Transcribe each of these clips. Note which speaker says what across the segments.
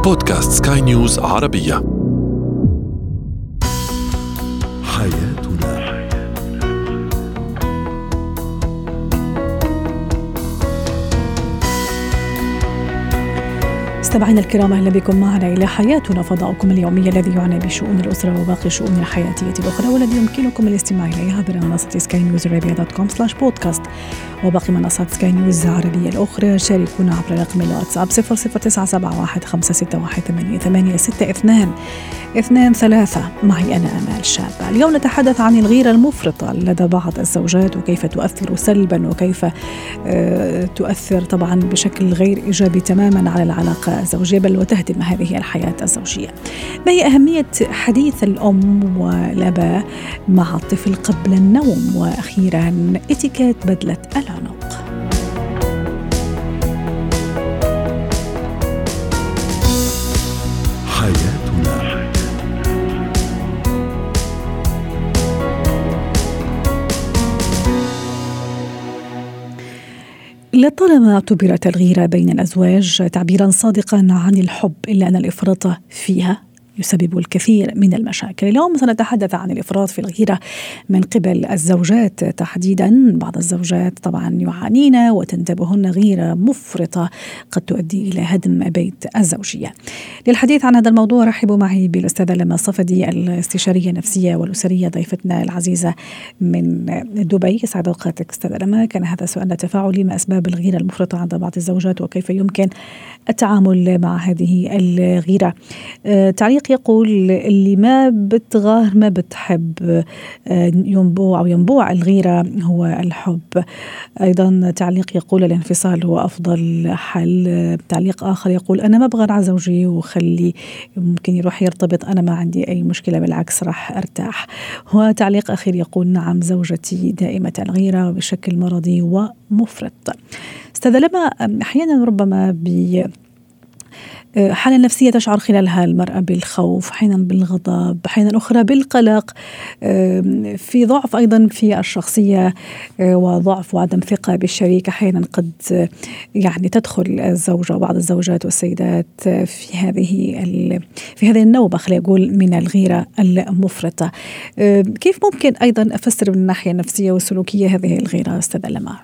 Speaker 1: بودكاست سكاي نيوز عربية. حياتنا.
Speaker 2: مستمعينا الكرام، أهلا بكم معنا إلى حياتنا، فضاؤكم اليومي الذي يعنى بشؤون الأسرة وباقي الشؤون الحياتية الأخرى، والذي يمكنكم الاستماع إليها عبر منصة skynewsarabia.com/podcast وباقي منصات سكاي نيوز العربية الأخرى. شاركونا عبر رقم الواتساب 00971568886223. معي أنا آمال شابة. اليوم نتحدث عن الغيرة المفرطة لدى بعض الزوجات، وكيف تؤثر سلبا وكيف تؤثر طبعا بشكل غير إيجابي تماما على العلاقة الزوجية، بل وتهدم هذه الحياة الزوجية. ما هي أهمية حديث الأم والآباء مع الطفل قبل النوم؟ وأخيرا اتيكيت بدلة العنق.
Speaker 1: حياتنا.
Speaker 2: لطالما اعتبرت الغيرة بين الأزواج تعبيرا صادقا عن الحب، إلا أن الإفراط فيها يسبب الكثير من المشاكل. اليوم سنتحدث عن الإفراط في الغيرة من قبل الزوجات تحديدا. بعض الزوجات طبعا يعانين وتنتابهن غيرة مفرطة قد تؤدي إلى هدم بيت الزوجية. للحديث عن هذا الموضوع رحب معي بالأستاذة لما صفدي، الاستشارية النفسية والأسرية، ضيفتنا العزيزة من دبي. سعد أوقاتك أستاذة لما. كان هذا سؤالنا التفاعلي: ما أسباب الغيرة المفرطة عند بعض الزوجات وكيف يمكن التعامل مع هذه الغيرة؟ تعليق يقول: اللي ما بتغار ما بتحب، ينبوع الغيرة هو الحب. أيضا تعليق يقول: الانفصال هو أفضل حل. تعليق آخر يقول: أنا ما بغار على زوجي وخلي ممكن يروح يرتبط، أنا ما عندي أي مشكلة، بالعكس راح أرتاح. وتعليق أخير يقول: نعم، زوجتي دائمة الغيرة بشكل مرضي ومفرط. استاذة لما، أحيانا ربما حالة نفسية تشعر خلالها المرأة بالخوف، أحيانا بالغضب، أحيانا أخرى بالقلق، في ضعف أيضا في الشخصية وضعف وعدم ثقة بالشريك. أحيانا قد يعني تدخل الزوجة وبعض الزوجات والسيدات في هذه النوبة، خلينا نقول، من الغيرة المفرطة. كيف ممكن أيضا أفسر من الناحية النفسية والسلوكية هذه الغيرة أستاذة لما؟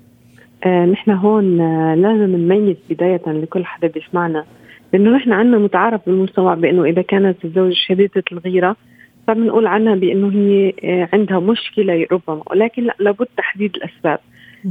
Speaker 3: نحن هون لازم نميز بداية لكل حدا بيسمعنا، لأنه نحن عندنا متعارف بالمجتمع بأنه إذا كانت الزوجة شديدة الغيرة فبنقول عنها بأنه هي عندها مشكلة ربما، ولكن لا، لابد تحديد الأسباب.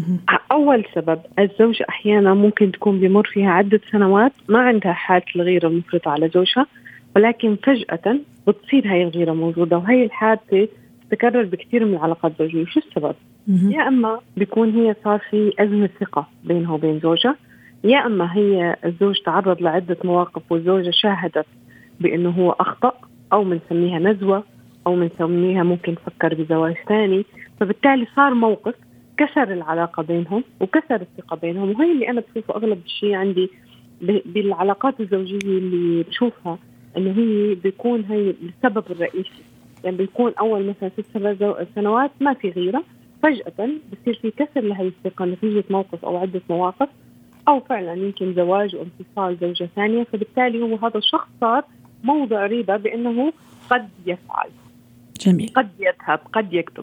Speaker 3: أول سبب، الزوجة أحيانا ممكن تكون بمر فيها عدة سنوات ما عندها حالة الغيرة المفرطة على زوجها، ولكن فجأة بتصير هاي الغيرة موجودة، وهي الحادثة تتكرر بكثير من العلاقات الزوجية. شو السبب؟ يا أما بيكون هي صار في أزمة ثقة بينها وبين زوجها، يا أما هي الزوج تعرض لعدة مواقف والزوجة شاهدت بأنه هو أخطأ، أو منسميها نزوة، أو منسميها ممكن تفكر بزواج ثاني، فبالتالي صار موقف كسر العلاقة بينهم وكسر الثقة بينهم. وهي اللي أنا بشوفه أغلب الشيء عندي بالعلاقات الزوجية اللي بشوفها، أنه هي بيكون هي السبب الرئيسي. يعني بيكون أول مثلا 6 سنوات ما في غيرة، فجأة بصير في كسر لهي الثقة نتيجة موقف أو عدة مواقف، أو فعلا يمكن زواج وانفصال زوجة ثانية، فبالتالي هو هذا الشخص صار موضع ريبة بأنه قد يفعل.
Speaker 2: جميل.
Speaker 3: قد يذهب، قد يكتب.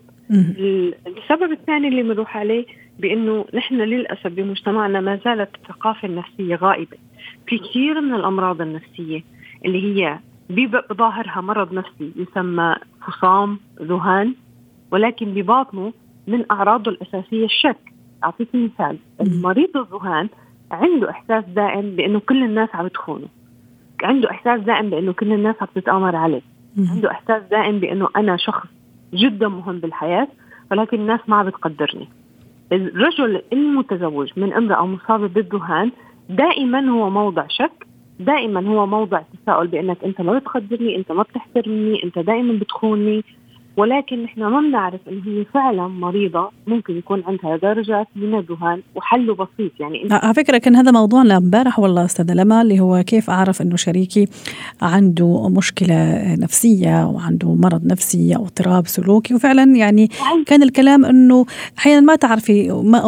Speaker 3: السبب الثاني اللي بنروح عليه بأنه نحن للأسف بمجتمعنا ما زالت الثقافة النفسية غائبة. في كثير من الأمراض النفسية اللي هي بظاهرها مرض نفسي يسمى فصام، ذهان، ولكن بباطنه من أعراضه الأساسية الشك. أعطيك مثال: المريض الذهان عنده إحساس دائم بأنه كل الناس عم تخونه، عنده إحساس دائم بأنه كل الناس عم تتآمر عليه، عنده إحساس دائم بأنه أنا شخص جدا مهم بالحياة ولكن الناس ما عم بتقدرني. الرجل المتزوج من امرأة مصابة بالذهان دائما هو موضع شك، دائما هو موضع تساؤل بأنك أنت ما بتقدرني، أنت ما بتحترمني، أنت دائما بتخونني. ولكن نحن ما بنعرف إن هي فعلا مريضة، ممكن يكون عندها درجات من الذهان وحله بسيط. يعني
Speaker 2: على فكرة كان هذا موضوعنا امبارح والله أستاذة لما، اللي هو كيف أعرف إنه شريكي عنده مشكلة نفسية وعنده مرض نفسي أو اضطراب سلوكي. وفعلا يعني كان الكلام إنه أحيانا ما تعرفي أو ما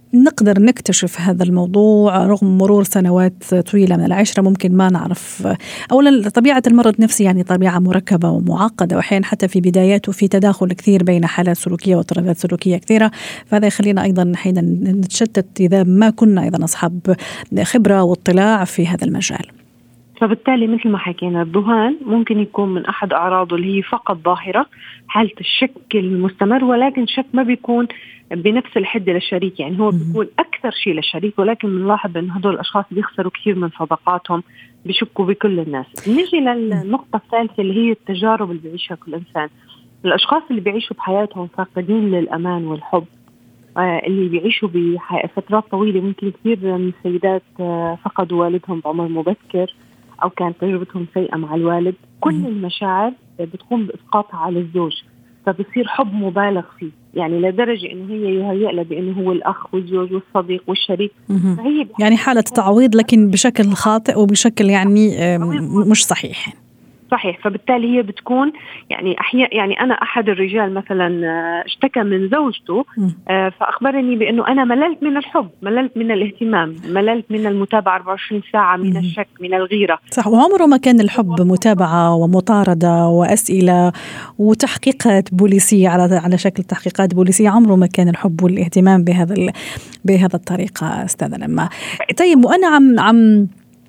Speaker 2: نقدر نكتشف هذا الموضوع رغم مرور سنوات طويلة من العشرة؟ ممكن ما نعرف. أولا طبيعة المرض النفسي يعني طبيعة مركبة ومعقدة، وأحيانا حتى في بداياته في تداخل كثير بين حالات سلوكية واضطرابات سلوكية كثيرة، فهذا يخلينا أيضا حين نتشتت إذا ما كنا أيضا أصحاب خبرة واطلاع في هذا المجال.
Speaker 3: فبالتالي مثل ما حكينا الذهان ممكن يكون من أحد أعراضه اللي هي فقط ظاهرة، حالة الشك المستمر، ولكن الشك ما بيكون بنفس الحدة للشريك، يعني هو بيكون أكثر شيء للشريك، ولكن بنلاحظ أن هدول الأشخاص بيخسروا كثير من صداقاتهم، بيشكوا بكل الناس. نيجي للنقطة الثالثة اللي هي التجارب اللي بيعيشها كل إنسان. الأشخاص اللي بيعيشوا بحياتهم فاقدين للأمان والحب، اللي بيعيشوا بفترات طويلة، ممكن كثير من السيدات فقدوا والدهم بعمر مبكر أو كانت تجربتهم سيئة مع الوالد. كل المشاعر بتقوم بإسقاطها على الزوج، فبصير حب مبالغ فيه، يعني لدرجة إنه هي يهيأ له بأنه هو الأخ والزوج والصديق والشريك. فهي
Speaker 2: يعني حالة تعويض لكن بشكل خاطئ وبشكل يعني مش صحيح.
Speaker 3: صحيح. فبالتالي هي بتكون يعني أحيانا، يعني أنا أحد الرجال مثلا اشتكى من زوجته فأخبرني بأنه أنا مللت من الحب، مللت من الاهتمام، مللت من المتابعة 24 ساعة، من الشك، من الغيرة.
Speaker 2: صح. وعمره ما كان الحب متابعة ومطاردة وأسئلة وتحقيقات بوليسية على شكل تحقيقات بوليسية. عمره ما كان الحب والاهتمام بهذا الطريقة أستاذة لما. طيب، وأنا عم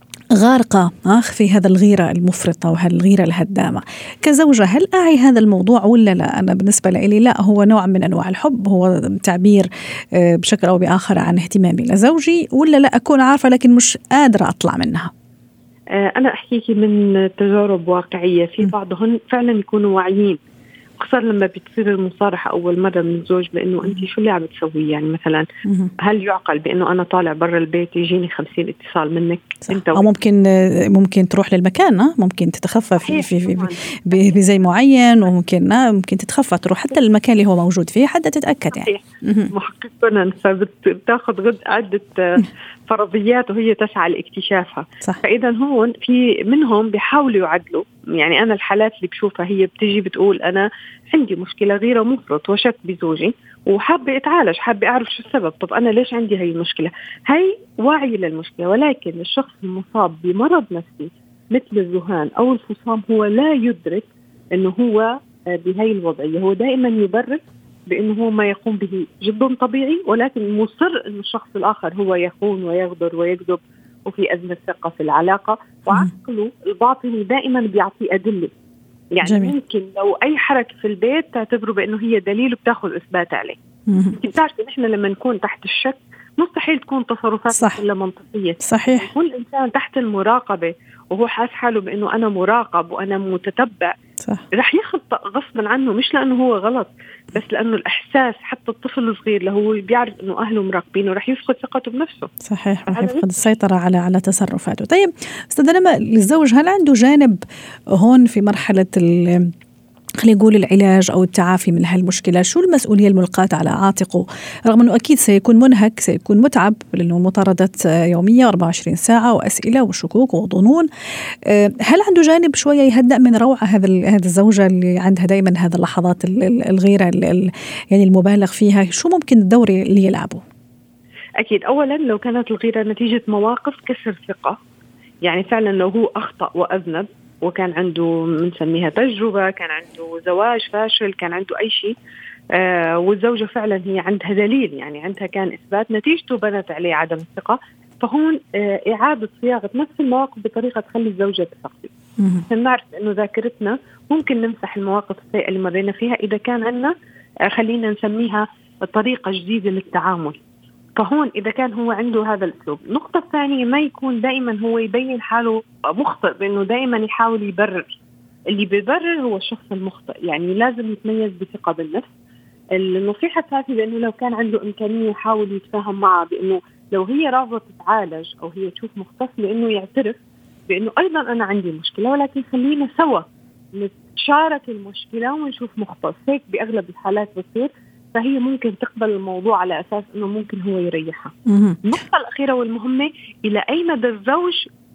Speaker 2: غارقة في هذا الغيرة المفرطة وهالغيرة الهدامة كزوجة، هل أعي هذا الموضوع ولا لا؟ أنا بالنسبة لي لا، هو نوع من أنواع الحب، هو تعبير بشكل أو بآخر عن اهتمامي لزوجي، ولا لا أكون عارفة لكن مش قادرة أطلع منها؟
Speaker 3: أنا أحكيكي من تجارب واقعية. في بعضهم فعلا يكونوا واعيين، خصوصا لما بتصير المصارحة أول مرة من الزوج بأنه أنت شو اللي عم تسوي. يعني مثلا هل يعقل بأنه أنا طالع برا البيت يجيني 50 اتصال منك أنت؟
Speaker 2: أو ممكن تروح للمكان، ممكن تتخفى في بزي معين، وممكن تتخفى تروح حتى المكان اللي هو موجود فيه حتى تتأكد. يعني
Speaker 3: محققا فبتاخذ عدة فرضيات وهي تسعى لاكتشافها. فإذا هون في منهم بيحاولوا يعدلوا. يعني أنا الحالات اللي بشوفها هي بتجي بتقول أنا عندي مشكلة غيرة مفرط وشك بزوجي وحابة أتعالج، حابة أعرف شو السبب. طب أنا ليش عندي هاي المشكلة؟ هاي واعي للمشكلة، ولكن الشخص المصاب بمرض نفسي مثل الذهان أو الفصام هو لا يدرك أنه هو بهاي الوضعية. هو دائما يبرر بأنه هو ما يقوم به جدا طبيعي، ولكن مصر أن الشخص الآخر هو يخون ويغدر ويكذب وفي أزمة ثقة في العلاقة. وعقله الباطني دائما بيعطي أدلة. يعني جميل. ممكن لو أي حركة في البيت تعتبره بأنه هي دليل وبتاخذ إثبات عليه. بتعرف نحن لما نكون تحت الشك مستحيل تكون تصرفاتنا كلها منطقية.
Speaker 2: صحيح.
Speaker 3: كل إنسان تحت المراقبة وهو حاس حاله بأنه أنا مراقب وأنا متتبع، رح يخطأ غصبا عنه، مش لأنه هو غلط، بس لأنه الإحساس. حتى الطفل الصغير لو هو بيعرف أنه أهله مراقبينه رح يفقد ثقته بنفسه.
Speaker 2: صحيح، رح يفقد السيطرة على تصرفاته. طيب أستاذة لما، للزوج هل عنده جانب هون في مرحلة خلينا نقول العلاج أو التعافي من هالمشكلة؟ شو المسؤولية الملقاة على عاتقه؟ رغم أنه أكيد سيكون منهك، سيكون متعب، لأنه مطاردات يومية 24 ساعة وأسئلة وشكوك وظنون. هل عنده جانب شوية يهدأ من روعة هذا الزوجة اللي عندها دائما هذا اللحظات الغيرة يعني المبالغ فيها؟ شو ممكن الدور اللي يلعبه؟
Speaker 3: أكيد أولا لو كانت الغيرة نتيجة مواقف كسر ثقة، يعني فعلا لو هو أخطأ وأذنب وكان عنده بنسميها تجربة، كان عنده زواج فاشل، كان عنده أي شيء، والزوجة فعلا هي عندها دليل، يعني عندها كان إثبات نتيجته بنت عليه عدم الثقة، فهون إعادة صياغة نفس المواقف بطريقة تخلي الزوجة تثق فيه. عشان نعرف إنه ذاكرتنا ممكن نمسح المواقف السيئة اللي مرينا فيها إذا كان عندنا خلينا نسميها طريقة جديدة للتعامل. فهون إذا كان هو عنده هذا الأسلوب. النقطة الثانية ما يكون دائما هو يبين حاله مخطئ، بأنه دائما يحاول يبرر. اللي بيبرر هو الشخص المخطئ، يعني لازم يتميز بثقة بالنفس. النصيحة الثالثة بأنه لو كان عنده إمكانية يحاول يتفاهم معها، بأنه لو هي رافضة تتعالج أو هي تشوف مختص، لأنه يعترف بأنه أيضا أنا عندي مشكلة، ولكن خلينا سوا نتشارك المشكلة ونشوف مختص. هيك بأغلب الحالات بصير، فهي ممكن تقبل الموضوع على أساس أنه ممكن هو يريحها. النقطة الأخيرة والمهمة، إلى أي مدى الزوج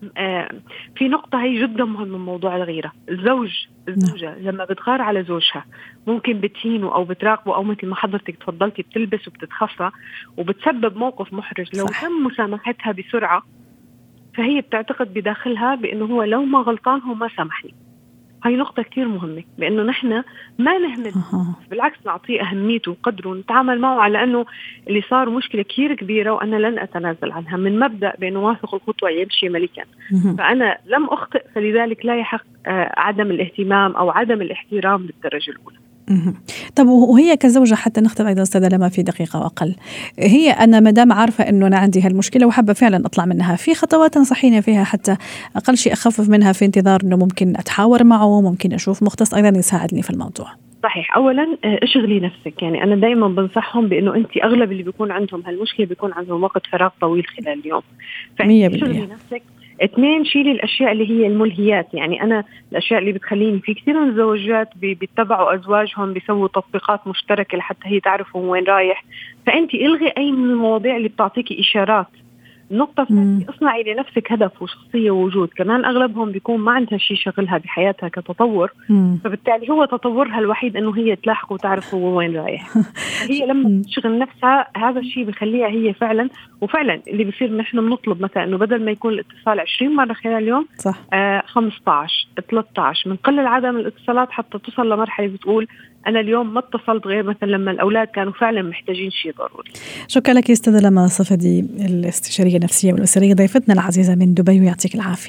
Speaker 3: في نقطة هي جدا مهمة من موضوع الغيرة. الزوجة لما بتغار على زوجها ممكن بتهينه أو بتراقبه، أو مثل ما حضرتك تفضلتي بتلبس وبتتخفى وبتسبب موقف محرج. لو تم مسامحتها بسرعة فهي بتعتقد بداخلها بأنه هو لو ما غلطان هو ما سامحني. هاي نقطة كتير مهمة، بأنه نحن ما نهمل، بالعكس نعطيه أهميته وقدره ونتعامل معه على أنه اللي صار مشكلة كتير كبيرة وأنا لن أتنازل عنها، من مبدأ بأنه واثق الخطوة يمشي ملكا. فأنا لم أخطئ فلذلك لا يحق عدم الاهتمام أو عدم الاحترام للدرجة الأولى.
Speaker 2: طب وهي كزوجة، حتى نختم أيضا أستاذة لما في دقيقة وأقل، هي أنا مدام عارفة أنه أنا عندي هالمشكلة وحابة فعلا أطلع منها، في خطوات تنصحيني فيها حتى أقل شيء أخفف منها، في انتظار أنه ممكن أتحاور معه، ممكن أشوف مختص أيضا يساعدني في الموضوع؟
Speaker 3: صحيح. أولا اشغلي نفسك، يعني أنا دايما بنصحهم بأنه أنت أغلب اللي بيكون عندهم هالمشكلة بيكون عندهم وقت فراغ طويل خلال اليوم، فاشغلي نفسك. 2 شيلي الأشياء اللي هي الملهيات. يعني أنا الأشياء اللي بتخليني، في كثير من الزوجات بيتبعوا أزواجهم بيسووا تطبيقات مشتركة لحتى هي تعرف وين رايح، فأنت إلغي أي من المواضيع اللي بتعطيكي إشارات. النقطة الثانية، اصنعي لنفسك هدف وشخصية ووجود. كمان أغلبهم بيكون ما عندها شيء شغلها بحياتها كتطور، فبالتالي هو تطورها الوحيد إنه هي تلاحق وتعرف هو وين رايح. هي لما تشغل نفسها هذا الشيء بخليها هي فعلا. وفعلا اللي بيصير نحن بنطلب مثلا إنه بدل ما يكون الاتصال 20 مرة خلال اليوم، 15 13 بنقلل عدد الاتصالات حتى توصل لمرحلة بتقول أنا اليوم ما اتصلت غير مثلا لما الأولاد كانوا فعلا محتاجين شيء ضروري.
Speaker 2: شكرا لك أستاذة لما صفدي، الاستشارية النفسية والأسرية، ضيفتنا العزيزة من دبي، ويعطيك العافية.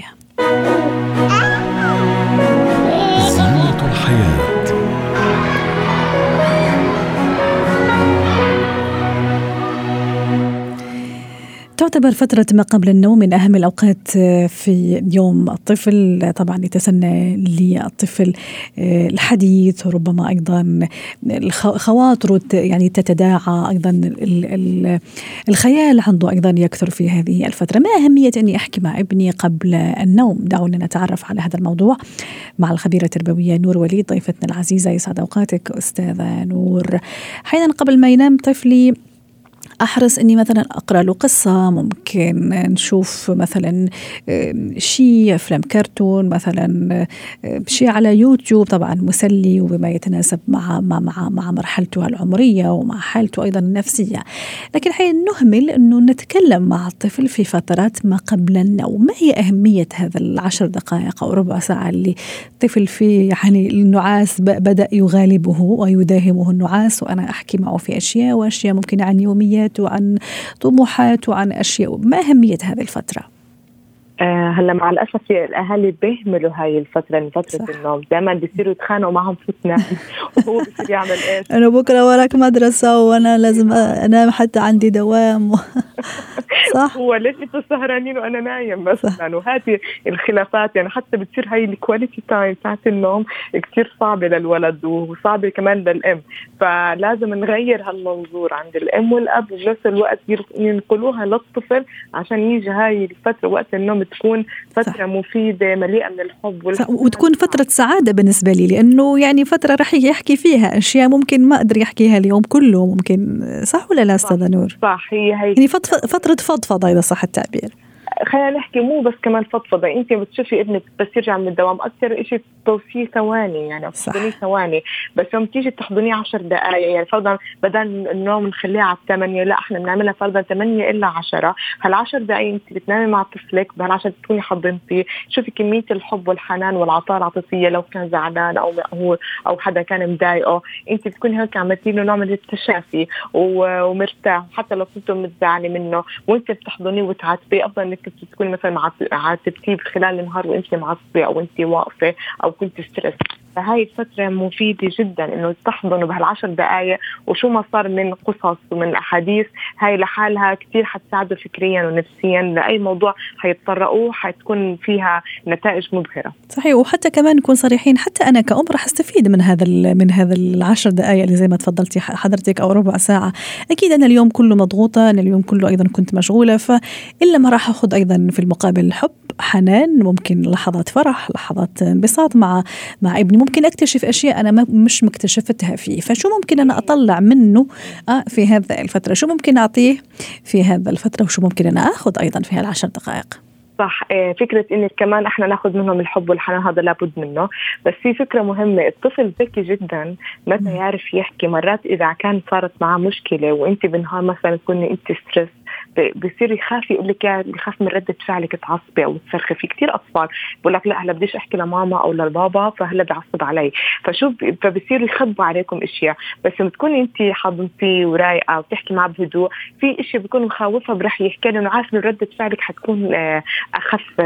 Speaker 1: زينة الحياة.
Speaker 2: تعتبر فترة ما قبل النوم من أهم الأوقات في يوم الطفل، طبعا يتسنى للطفل الحديث، وربما أيضا الخواطر يعني تتداعى، أيضا الخيال عنده أيضا يكثر في هذه الفترة. ما أهمية أني أحكي مع ابني قبل النوم؟ دعونا نتعرف على هذا الموضوع مع الخبيرة التربوية نور وليد، ضيفتنا العزيزة. يسعد أوقاتك أستاذة نور. أحيانا قبل ما ينام طفلي أحرص أني مثلا أقرأ له قصة، ممكن نشوف مثلا شيء أفلام كرتون، مثلا شيء على يوتيوب، طبعا مسلي وبما يتناسب مع مرحلته العمرية ومع حالته أيضا النفسية. لكن حين نهمل أنه نتكلم مع الطفل في فترات ما قبل النوم. ما هي أهمية هذا 10 دقائق أو ربع ساعة اللي الطفل فيه يعني النعاس بدأ يغالبه ويداهمه النعاس، وأنا أحكي معه في أشياء وأشياء ممكن عن يوميات وعن طموحات وعن أشياء؟ ما أهمية هذه الفترة؟
Speaker 4: هلا مع الأسف الأهالي بيهملوا هاي الفترة من فترة النوم، دائما بيصيروا يتخانقوا معهم في تنام وهو بيصير يعمل إيش؟
Speaker 2: أنا بكرة وراك مدرسة وأنا لازم أنام حتى عندي دوام صح؟
Speaker 4: هو ليش انتوا سهرانين وأنا نايم مثلا؟ وهذه الخلافات يعني حتى بتصير هاي الكواليتي تايم تاعت النوم كتير صعبة للولد وصعبة كمان للأم، فلازم نغير هالمنظور عند الأم والأب بنفس الوقت، ينقلوها للطفل عشان يجي هاي الفترة وقت النوم تكون فترة مفيدة مليئة من الحب
Speaker 2: وتكون فترة سعادة بالنسبة لي، لأنه يعني فترة رح يحكي فيها أشياء ممكن ما أقدر يحكيها اليوم كله، ممكن صح ولا لا أستاذة نور؟
Speaker 4: صح، هي
Speaker 2: يعني فترة فضفضة إذا صح التعبير.
Speaker 4: خلينا نحكي مو بس كمان فضفضة، انت بتشوفي ابنك بس يرجع من الدوام اكثر شيء توصيه ثواني، يعني تحضنيه ثواني، بس يوم تيجي تحضنيه 10 دقائق، يعني فرضا بدل النوم نخليها على 8، لا احنا بنعملها فرضا 8 إلا 10. هال10 دقائق انت بتنامي مع طفلك بهال10 تكوني حضنتيه، شوفي كمية الحب والحنان والعطاء العاطفية، لو كان زعلان او مقهور او حدا كان مضايقه، انت بتكوني هيك عملتي له نوع من التشافي ومرتاح، حتى لو كنتوا متزعلة منه وانت بتحضنيه وتعاتبيه، افضل انك تكون مثلا عاتبتيه خلال النهار وانت معصبه او انت واقفه او كنت ستريس. فهاي الفترة مفيدة جدا انه تحضنوا بهال10 دقائق، وشو ما صار من قصص ومن احاديث هاي لحالها كتير حتساعده فكريا ونفسيا لاي موضوع حيتطرقوا، حتكون فيها نتائج مبهرة.
Speaker 2: صحيح، وحتى كمان نكون صريحين، حتى انا كأم راح استفيد من هذا 10 دقائق اللي زي ما تفضلتي حضرتك او ربع ساعة. اكيد انا اليوم كله مضغوطة، انا اليوم كله ايضا كنت مشغولة، فإلا ما راح اخذ ايضا في المقابل حب، حنان، ممكن لحظات فرح، لحظات انبساط مع ابني، ممكن اكتشف اشياء انا مش مكتشفتها فيه. فشو ممكن انا اطلع منه في هذا الفترة؟ شو ممكن اعطيه في هذا الفترة، وشو ممكن انا اخذ ايضا في هال10 دقائق؟
Speaker 4: صح. فكرة إن كمان إحنا ناخد منهم الحب والحنان هذا لابد منه. بس في فكرة مهمة، الطفل ذكي جدا متى يعرف يحكي. مرات إذا كان صارت معه مشكلة وإنت بنهار مثلا تكوني إنت ستريس، بصير يخاف يقول لك، بخاف من ردة فعلك تعصبي أو تصرخي. في كتير أطفال بقول لك لا هلا بديش أحكي لماما أو للبابا فهلا بعصب علي، فبصير يخبوا عليكم إشياء. بس لما تكوني أنت حاضنتيه ورايقة وتحكي معه بهدوء، في إشياء بيكون مخاوفها برح يحكي لأنه عارف إنه ردة فعلك حتكون أخف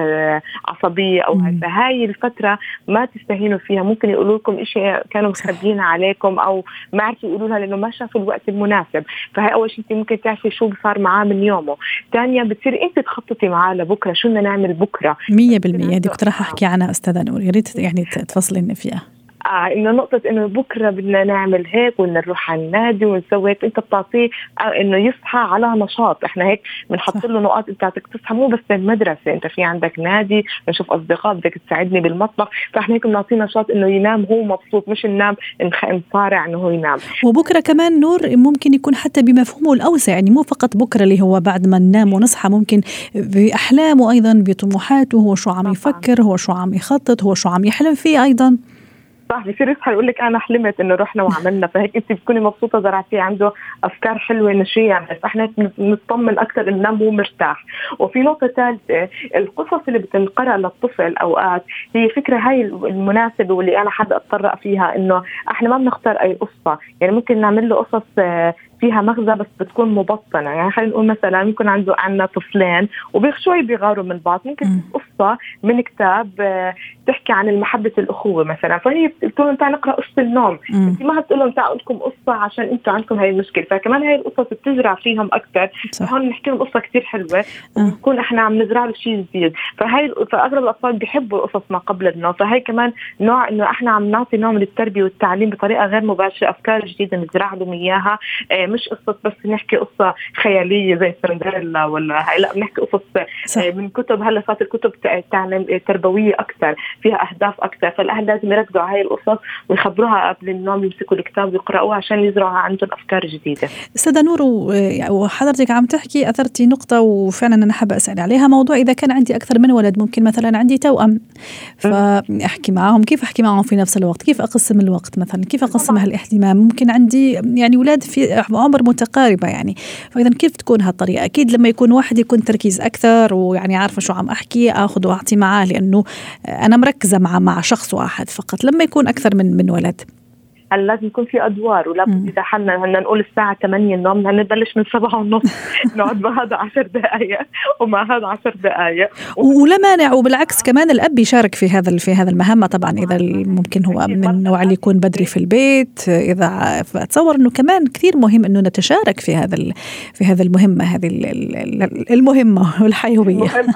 Speaker 4: عصبية أو هاي الفترة ما تستهينوا فيها. ممكن يقولوا لكم إشياء كانوا مخبيين عليكم أو ما عرفوا يقولوا لها لأنه ما شافوا الوقت المناسب. فهاي أول شيء أنت ممكن تعرفي شو صار معاه من يومه. ثانيا بتصير أنت تخططي معاه لبكرة، شو بدنا نعمل بكرة
Speaker 2: 100%. دي كنت راح أحكي عنها أستاذة نور، يا ريت يعني تفصلينا فيها.
Speaker 4: إنه نقطة إنه بكرة بدنا نعمل هيك وإن نروح على النادي ونسوي هيك. أنت بتعطيه إنه يصحى على نشاط. إحنا هيك بنحط له نقاط. أنت بدك تصحى مو بس المدرسة، أنت في عندك نادي، نشوف أصدقاء، بدك تساعدني بالمطبخ. فإحنا هيك بنعطيه نشاط إنه ينام هو مبسوط، مش ننام نصارع إنه هو ينام.
Speaker 2: وبكرة كمان نور ممكن يكون حتى بمفهومه الأوسع، يعني مو فقط بكرة اللي هو بعد ما ننام ونصحى، ممكن بأحلامه أيضا، بطموحاته، هو شو عم يفكر، هو شو عم يخطط، هو شو عم يحلم فيه أيضا.
Speaker 4: صح. بيصير يصحى يقول لك أنا حلمت إنه رحنا وعملنا. فهيك أنت بتكوني مبسوطة زرعتيه عنده أفكار حلوة نشية. بس إحنا نطمن أكثر إنه نام هو مرتاح. وفي نقطة ثالثة، القصص اللي بتنقرأ للطفل أوقات هي فكرة هاي المناسبة واللي أنا حابة أتطرق فيها، إنه إحنا ما بنختار أي قصة. يعني ممكن نعمل له قصص فيها مغزى بس بتكون مبطنة. يعني خلينا نقول مثلا ممكن عندنا طفلين وبيخشوا بيغاروا من بعض، ممكن قصة من كتاب تحكي عن المحبة الأخوة مثلا، فهي بتقولوا انت نقرأ قصة النوم. انت ما هتقولوا انت لكم قصة عشان انتوا عندكم هاي المشكلة. فكمان هاي القصص بتزرع فيهم أكتر. هون نحكي لهم قصة كتير حلوة ونكون احنا عم نزرع له شيء جديد. فأغلب الأطفال بيحبوا القصص ما قبل النوم. فهي كمان نوع إنه احنا عم نعطي نوع من التربية والتعليم بطريقة غير مباشرة، أفكار جديدة نزرع لهم إياها. مش قصة بس نحكي قصة خيالية زي سندريلا ولا هاي، لا بنحكي قصص من كتب. هلا صارت الكتب تعلم تربوية أكثر، فيها أهداف أكثر. فالأهل لازم يركزوا على هاي القصص ويخبروها قبل النوم، يمسكوا الكتاب ويقرأوها عشان يزرعوا عندهم أفكار جديدة.
Speaker 2: أستاذة نور، وحضرتك عم تحكي أثرتي نقطة وفعلا أنا حابة أسأل عليها. موضوع إذا كان عندي أكثر من ولد، ممكن مثلا عندي توأم، فأحكي معهم، كيف أحكي معهم في نفس الوقت؟ كيف أقسم الوقت مثلا؟ كيف أقسم هالاهتمام؟ ممكن عندي يعني أولاد في عمر متقاربة يعني، فإذا كيف تكون هالطريقة؟ أكيد لما يكون واحد يكون تركيز أكثر ويعني عارفة شو عم أحكي، أخذ وأعطي معاه، لأنه أنا مركزة مع شخص واحد فقط. لما يكون أكثر من ولد،
Speaker 4: هل لازم يكون في أدوار، ولابد إذا حنا نقول الساعة 8 النوم نبلش من 7:30 نقعد بهذا 10 دقائق ومع هذا 10 دقائق
Speaker 2: ولا مانع. وبالعكس كمان الأب يشارك في هذا المهمة طبعا، إذا ممكن هو من النوع اللي يكون بدري في البيت. إذا أتصور إنه كمان كثير مهم إنه نتشارك في هذا المهمة، هذه المهمة والحيوية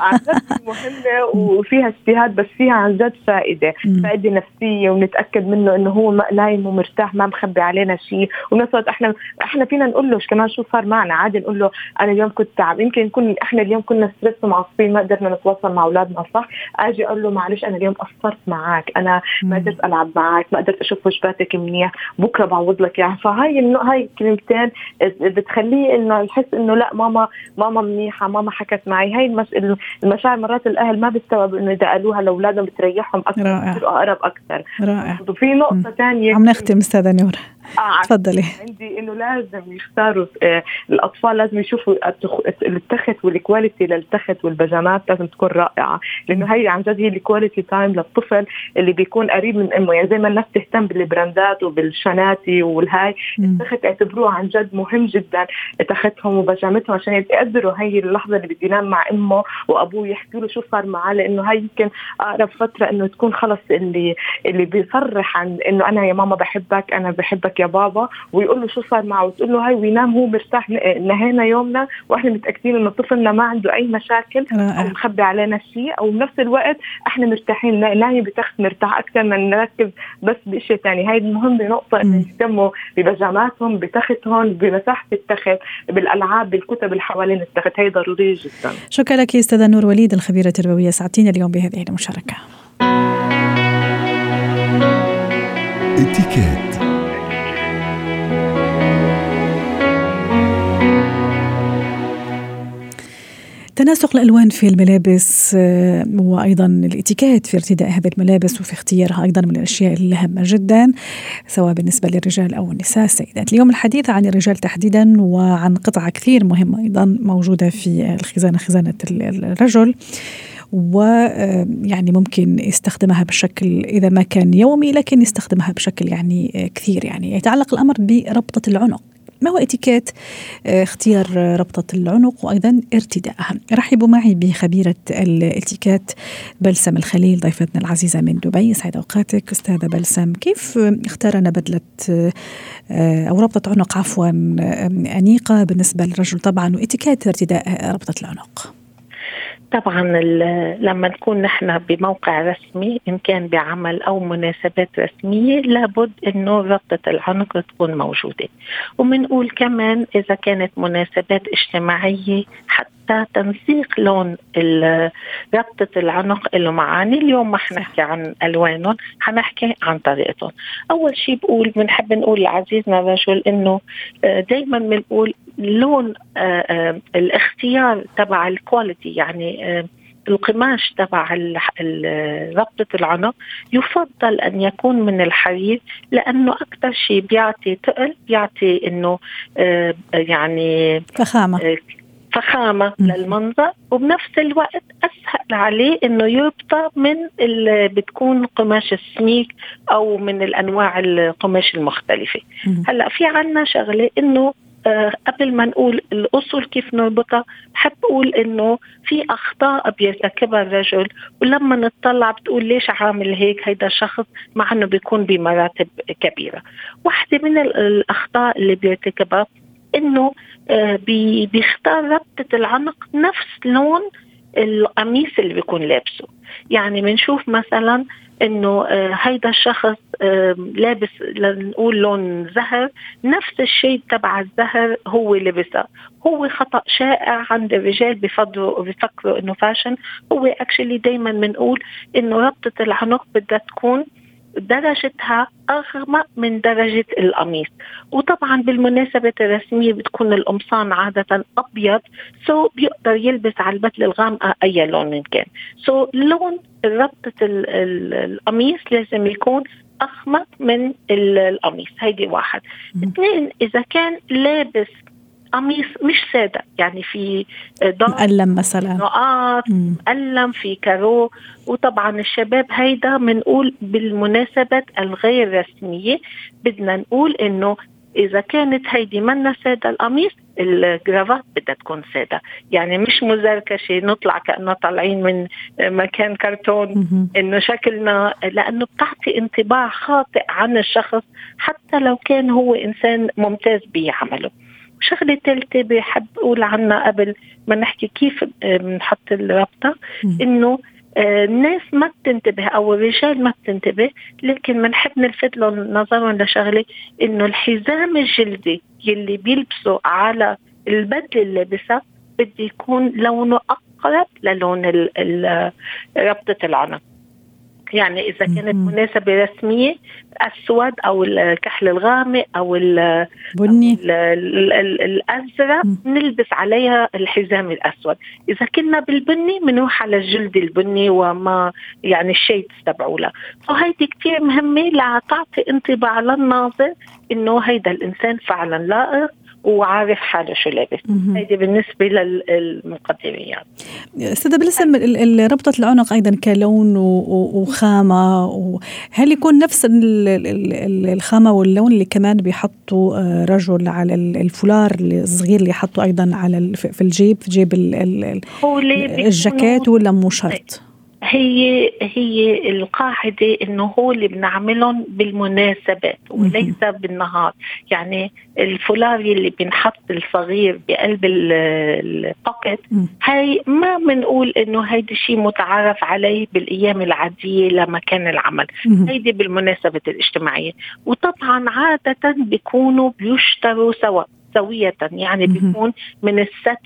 Speaker 4: مهمة وفيها اجتهاد، بس فيها عن جد فائدة نفسية، ونتأكد منه إنه هو نايم مرتاح ما مخبي علينا شيء. ونفس الوقت احنا فينا نقول له كمان شو صار معنا. عادي نقول له انا اليوم كنت تعب، يمكن نكون احنا اليوم كنا ستريس ومعصبين ما قدرنا نتواصل مع اولادنا صح. اجي اقول له معلش انا اليوم قصرت معك، انا ما قدرت العب معك، ما قدرت اشوف وجباتك منيح، بكره بعوض لك يعني. هاي كلمتين بتخليه انه يحس انه لا ماما منيحه، ماما حكت معي. هاي المشاعر مرات الاهل ما بيستوعبوا انه اذا قالوها لاولادهم بتريحهم اكثر، بيصيروا اقرب اكثر.
Speaker 2: رائع.
Speaker 4: وفي نقطه ثانيه
Speaker 2: عم نختم أستاذة نور، تفضلي.
Speaker 4: عندي انه لازم يختاروا الاطفال، لازم يشوفوا التخت والكواليتي للتخت والبيجامات لازم تكون رائعه، لانه هي عن جد هي الكواليتي تايم للطفل اللي بيكون قريب من امه. يعني زي ما الناس تهتم بالبراندات وبالشناتي والهاي، التخت اعتبروه عن جد مهم جدا، تختهم وبيجامتهم عشان يقدروا هي اللحظه اللي بده ينام مع امه وابوه، يحكوا له شو صار معاه، لانه هاي يمكن اقرب فتره انه تكون خلص اللي بيصرح عن انه انا يا ماما بحبك، انا بحبك يا بابا، ويقول له شو صار معه وتقول له هاي وينام هو مرتاح. نهينا يومنا واحنا متاكدين انه طفلنا ما عنده اي مشاكل او مخبي علينا شيء، او بنفس الوقت احنا مرتاحين نايم بتخت مرتاح اكثر من نركز بس بشيء ثاني. هاي المهم نقطه انه يهتموا ببيجاماتهم، بتختهم، بمساحه التخت، بالالعاب، بالكتب اللي حوالين التخت. هي ضروريه جدا.
Speaker 2: شكرا لك استاذه نور وليد الخبيره التربويه، ساعدتينا اليوم بهذه المشاركه.
Speaker 1: اتيكيت.
Speaker 2: تناسق الألوان في الملابس وأيضا الاتيكيت في ارتداء هذه الملابس وفي اختيارها أيضا من الأشياء الهامة جدا سواء بالنسبة للرجال أو النساء. سيدات، اليوم الحديث عن الرجال تحديدا وعن قطعة كثير مهمة أيضا موجودة في الخزانة، خزانة الرجل، ويعني ممكن يستخدمها بشكل إذا ما كان يومي لكن يستخدمها بشكل يعني كثير. يعني يتعلق الأمر بربطة العنق. ما هو اتيكيت اختيار ربطة العنق وأيضا ارتدائها؟ رحبوا معي بخبيرة الاتيكيت بلسم الخليل ضيفتنا العزيزة من دبي. سعيد أوقاتك أستاذة بلسم. كيف اختارنا بدلة أو ربطة عنق عفوا أنيقة بالنسبة للرجل طبعا، واتيكيت ارتداء ربطة العنق؟
Speaker 5: طبعا لما نكون نحن بموقع رسمي إن كان بعمل أو مناسبات رسمية لابد إنه ربطة العنق تكون موجودة. ومنقول كمان إذا كانت مناسبات اجتماعية حتى تنسيق لون ربطة العنق له معاني. اليوم ما حنحكي عن ألوانهم، حنحكي عن طريقتهم. أول شيء بنحب نقول لعزيزنا الرجل إنه دايما بنقول لون الاختيار تبع الكواليتي، يعني القماش تبع ربطة العنق يفضل أن يكون من الحرير، لأنه أكثر شيء بيعطي تقل، بيعطي إنه يعني فخامة للمنظر، وبنفس الوقت أسهل عليه إنه يربطه من بتكون قماش السميك أو من الأنواع القماش المختلفة. هلأ في عنا شغلة إنه قبل ما نقول الأصول كيف نربطها، بحب أقول إنه في أخطاء بيرتكبها الرجل، ولما نطلع بتقول ليش عامل هيك هيدا الشخص مع إنه بيكون بمراتب كبيرة. واحدة من الأخطاء اللي بيرتكبها إنه بيختار ربطة العنق نفس لون القميص اللي بيكون لابسه. يعني بنشوف مثلا إنه هيدا الشخص لابس لنقول لون زهر، نفس الشيء تبع الزهر هو لبسه. هو خطأ شائع عند الرجال، بيفكروا إنه فاشن. هو actually دايما بنقول إنه ربطة العنق بدها تكون درجتها أغمق من درجة القميص. وطبعا بالمناسبة الرسمية بتكون القمصان عادة أبيض، بيقدر يلبس على البدلة الغامقة أي لون كان. لون ربطة القميص لازم يكون أغمق من القميص. هيدي واحد. اثنين، إذا كان لابس قميص مش سادة، يعني في
Speaker 2: مقلم مثلا،
Speaker 5: نقاط مقلم، في كارو. وطبعا الشباب هيدا منقول بالمناسبات الغير رسمية بدنا نقول إنه إذا كانت هيدي منا سادة القميص، الجرافات بدها تكون سادة. يعني مش مزركشة نطلع كأننا طالعين من مكان كرتون إنه شكلنا، لأنه بتعطي انطباع خاطئ عن الشخص حتى لو كان هو إنسان ممتاز بعمله. شغلة ثالثة بحب أقول عنها قبل ما نحكي كيف بنحط الربطة، إنه الناس ما بتنتبه أو الرجال ما بتنتبه، لكن بنحب نلفت لهم نظرهم لشغلة إنه الحزام الجلدي يلي بيلبسه على البدلة اللي لابسها بدي يكون لونه أقرب للون ربطة العنق. يعني إذا كانت مناسبة رسمية أسود أو الكحل الغامق أو البني الأزرق نلبس عليها الحزام الأسود. إذا كنا بالبني منروح على الجلد البني وما يعني الشيء تتبعوا له. فهيدي كتير مهمة لتعطي انطباع للناظر إنه هيدا الإنسان فعلا لائق وعارف حاله شو لابس. هيدي بالنسبة للمقدمة. يعني
Speaker 2: أستاذة بلسم، ربطة العنق أيضا كلون وخامة، هل يكون نفس الخامة واللون اللي كمان بيحطوا رجل على الفولار الصغير اللي يحطوا أيضا على في الجيب، في جيب الجاكيت، ولا مو شرط؟
Speaker 5: هي القاعدة إنه هو اللي بنعملهم بالمناسبات وليس بالنهار. يعني الفولار اللي بنحط الصغير بقلب الباكت، هاي ما بنقول إنه هيدا شيء متعارف عليه بالأيام العادية لمكان العمل. هيدي بالمناسبة الاجتماعية. وطبعا عادة بيكونوا بيشتروا سوية، يعني بيكون من الستن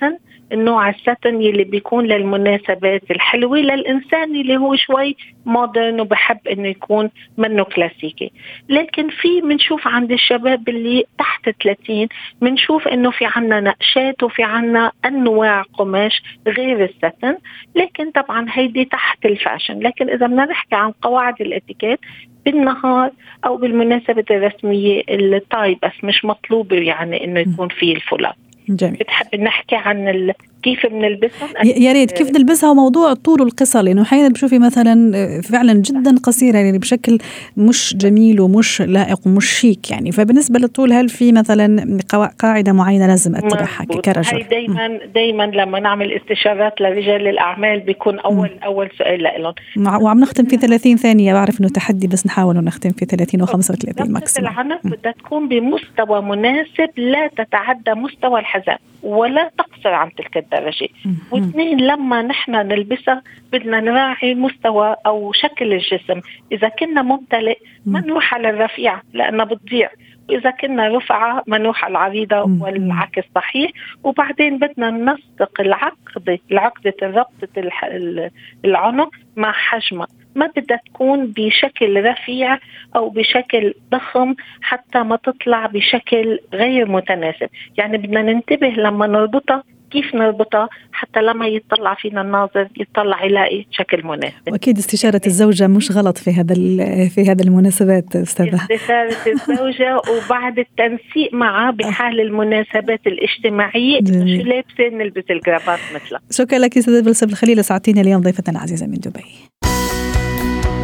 Speaker 5: النوع الساتن اللي بيكون للمناسبات الحلوة، للإنسان اللي هو شوي مودرن وبحب إنه يكون منه كلاسيكي. لكن في منشوف عند الشباب اللي تحت 30 منشوف إنه في عنا نقشات وفي عنا أنواع قماش غير الساتن، لكن طبعا هيدي تحت الفاشن. لكن إذا بدنا نحكي عن قواعد الاتيكيت بالنهار أو بالمناسبة الرسمية التاي بس مش مطلوبة يعني إنه يكون فيه الفولاذ.
Speaker 2: جميل.
Speaker 5: بتحب نحكي عن كيف بنلبسها؟
Speaker 2: يا ريت كيف نلبسها، وموضوع طول والقصر، لأنه أحيانا بشوفي مثلا فعلا جدا قصيرة يعني بشكل مش جميل ومش لائق ومش شيك يعني. فبالنسبة للطول هل في مثلا قاعدة معينة لازم أتبعها كرجل؟
Speaker 5: هي دايما لما نعمل استشارات لرجال الأعمال بيكون أول سؤال لهم.
Speaker 2: وعم نختم في 30 ثانية، بعرف إنه تحدي بس نحاول نختم في 30 و35 ماكسيموم.
Speaker 5: العنف بدها تكون بمستوى مناسب، لا تتعدى مستوى الحزام ولا تقصر عن تلك الدرجة. واثنين، لما نحن نلبسها بدنا نراعي مستوى أو شكل الجسم. إذا كنا ممتلئ ما نروح على الرفيع لأنها بتضيع، وإذا كنا رفعة ما نروح على العريضة والعكس صحيح. وبعدين بدنا ننسق العقدة ربطة العنق مع حجمها، ما بدها تكون بشكل رفيع أو بشكل ضخم حتى ما تطلع بشكل غير متناسب. يعني بدنا ننتبه لما نربطها كيف نربطها حتى لما يطلع فينا الناظر يطلع يلاقي شكل مناسب.
Speaker 2: وأكيد استشارة الزوجة مش غلط في هذا المناسبات أستاذة.
Speaker 5: استشارة الزوجة وبعد التنسيق معها بحال المناسبات الاجتماعية شو لابسة نلبس الجرابات مثلها.
Speaker 2: شكرا لك أستاذة بلسم الخليل، ساعتين اليوم ضيفتنا العزيزة من دبي.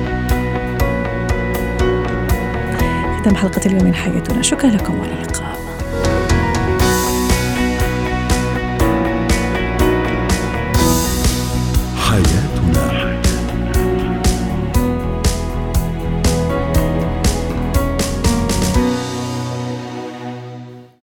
Speaker 2: ختام حلقة اليوم من حياتنا، شكرا لكم والى اللقاء.